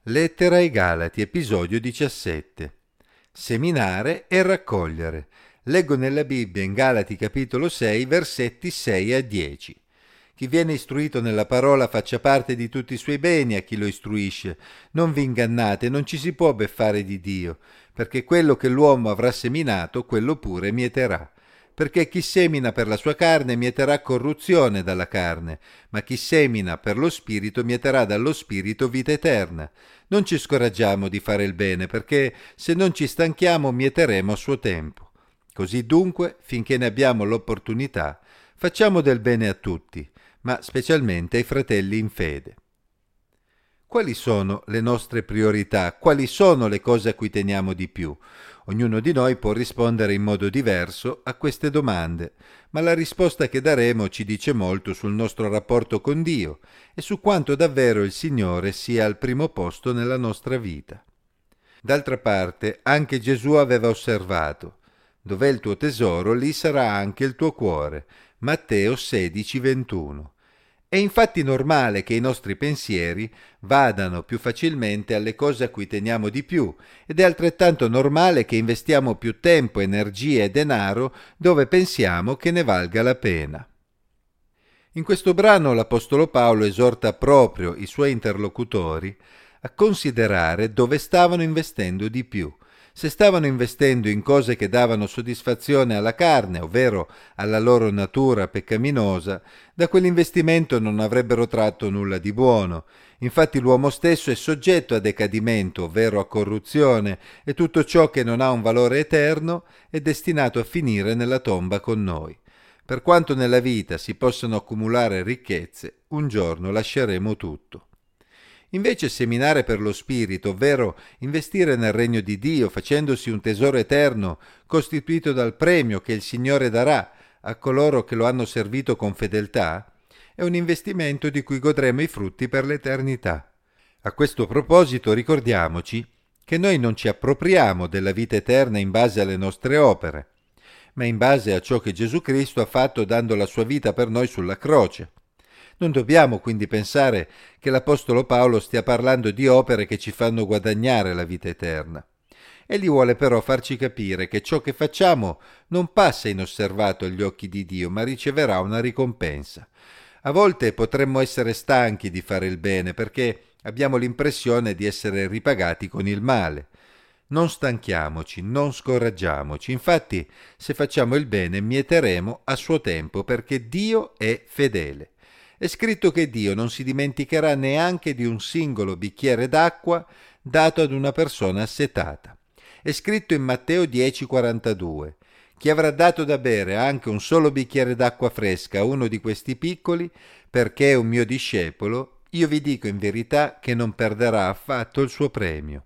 Lettera ai Galati, episodio 17. Seminare e raccogliere. Leggo nella Bibbia in Galati capitolo 6, versetti 6 a 10. Chi viene istruito nella parola faccia parte di tutti i suoi beni a chi lo istruisce. Non vi ingannate, non ci si può beffare di Dio, perché quello che l'uomo avrà seminato, quello pure mieterà. Perché chi semina per la sua carne mieterà corruzione dalla carne, ma chi semina per lo Spirito mieterà dallo Spirito vita eterna. Non ci scoraggiamo di fare il bene, perché se non ci stanchiamo mieteremo a suo tempo. Così dunque, finché ne abbiamo l'opportunità, facciamo del bene a tutti, ma specialmente ai fratelli in fede. Quali sono le nostre priorità? Quali sono le cose a cui teniamo di più? Ognuno di noi può rispondere in modo diverso a queste domande, ma la risposta che daremo ci dice molto sul nostro rapporto con Dio e su quanto davvero il Signore sia al primo posto nella nostra vita. D'altra parte, anche Gesù aveva osservato: dov'è il tuo tesoro, lì sarà anche il tuo cuore. Matteo 16:21. È infatti normale che i nostri pensieri vadano più facilmente alle cose a cui teniamo di più, ed è altrettanto normale che investiamo più tempo, energie e denaro dove pensiamo che ne valga la pena. In questo brano l'Apostolo Paolo esorta proprio i suoi interlocutori a considerare dove stavano investendo di più. Se stavano investendo in cose che davano soddisfazione alla carne, ovvero alla loro natura peccaminosa, da quell'investimento non avrebbero tratto nulla di buono. Infatti l'uomo stesso è soggetto a decadimento, ovvero a corruzione, e tutto ciò che non ha un valore eterno è destinato a finire nella tomba con noi. Per quanto nella vita si possano accumulare ricchezze, un giorno lasceremo tutto. Invece seminare per lo spirito, ovvero investire nel regno di Dio, facendosi un tesoro eterno costituito dal premio che il Signore darà a coloro che lo hanno servito con fedeltà, è un investimento di cui godremo i frutti per l'eternità. A questo proposito ricordiamoci che noi non ci appropriamo della vita eterna in base alle nostre opere, ma in base a ciò che Gesù Cristo ha fatto dando la sua vita per noi sulla croce. Non dobbiamo quindi pensare che l'Apostolo Paolo stia parlando di opere che ci fanno guadagnare la vita eterna. Egli vuole però farci capire che ciò che facciamo non passa inosservato agli occhi di Dio, ma riceverà una ricompensa. A volte potremmo essere stanchi di fare il bene perché abbiamo l'impressione di essere ripagati con il male. Non stanchiamoci, non scoraggiamoci. Infatti, se facciamo il bene, mieteremo a suo tempo perché Dio è fedele. È scritto che Dio non si dimenticherà neanche di un singolo bicchiere d'acqua dato ad una persona assetata. È scritto in Matteo 10:42. Chi avrà dato da bere anche un solo bicchiere d'acqua fresca a uno di questi piccoli, perché è un mio discepolo, io vi dico in verità che non perderà affatto il suo premio.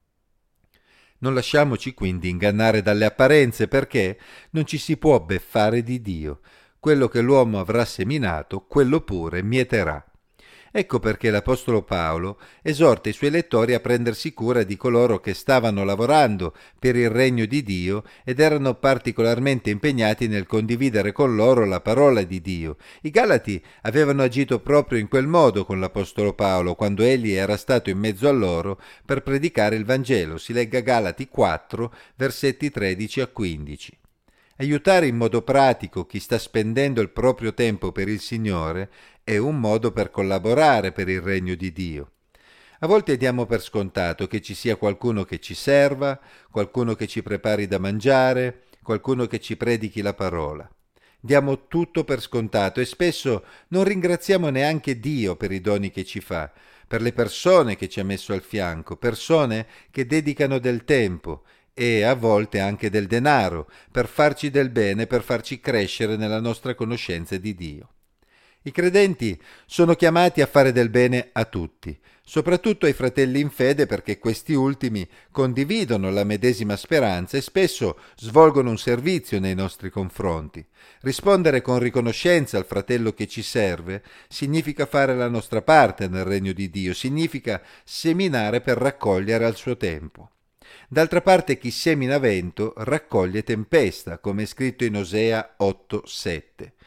Non lasciamoci quindi ingannare dalle apparenze, perché non ci si può beffare di Dio. Quello che l'uomo avrà seminato, quello pure mieterà. Ecco perché l'Apostolo Paolo esorta i suoi lettori a prendersi cura di coloro che stavano lavorando per il regno di Dio ed erano particolarmente impegnati nel condividere con loro la parola di Dio. I Galati avevano agito proprio in quel modo con l'Apostolo Paolo quando egli era stato in mezzo a loro per predicare il Vangelo. Si legga Galati 4, versetti 13 a 15. Aiutare in modo pratico chi sta spendendo il proprio tempo per il Signore è un modo per collaborare per il regno di Dio. A volte diamo per scontato che ci sia qualcuno che ci serva, qualcuno che ci prepari da mangiare, qualcuno che ci predichi la parola. Diamo tutto per scontato e spesso non ringraziamo neanche Dio per i doni che ci fa, per le persone che ci ha messo al fianco, persone che dedicano del tempo e a volte anche del denaro per farci del bene, per farci crescere nella nostra conoscenza di Dio. I credenti sono chiamati a fare del bene a tutti, soprattutto ai fratelli in fede, perché questi ultimi condividono la medesima speranza e spesso svolgono un servizio nei nostri confronti. Rispondere con riconoscenza al fratello che ci serve significa fare la nostra parte nel regno di Dio, significa seminare per raccogliere al suo tempo. D'altra parte chi semina vento raccoglie tempesta, come è scritto in Osea 8:7.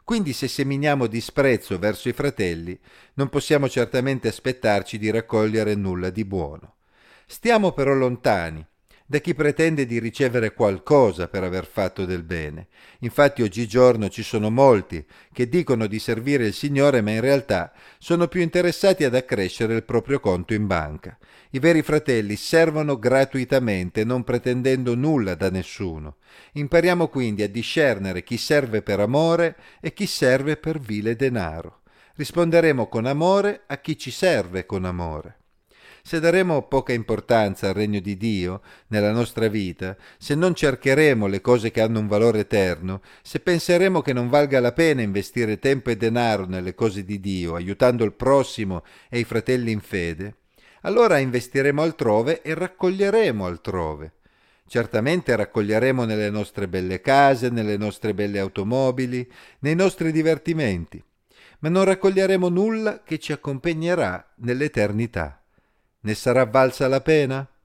Quindi se seminiamo disprezzo verso i fratelli, non possiamo certamente aspettarci di raccogliere nulla di buono. Stiamo però lontani da chi pretende di ricevere qualcosa per aver fatto del bene. Infatti oggigiorno ci sono molti che dicono di servire il Signore, ma in realtà sono più interessati ad accrescere il proprio conto in banca. I veri fratelli servono gratuitamente, non pretendendo nulla da nessuno. Impariamo quindi a discernere chi serve per amore e chi serve per vile denaro. Risponderemo con amore a chi ci serve con amore. Se daremo poca importanza al regno di Dio nella nostra vita, se non cercheremo le cose che hanno un valore eterno, se penseremo che non valga la pena investire tempo e denaro nelle cose di Dio, aiutando il prossimo e i fratelli in fede, allora investiremo altrove e raccoglieremo altrove. Certamente raccoglieremo nelle nostre belle case, nelle nostre belle automobili, nei nostri divertimenti, ma non raccoglieremo nulla che ci accompagnerà nell'eternità. Ne sarà valsa la pena?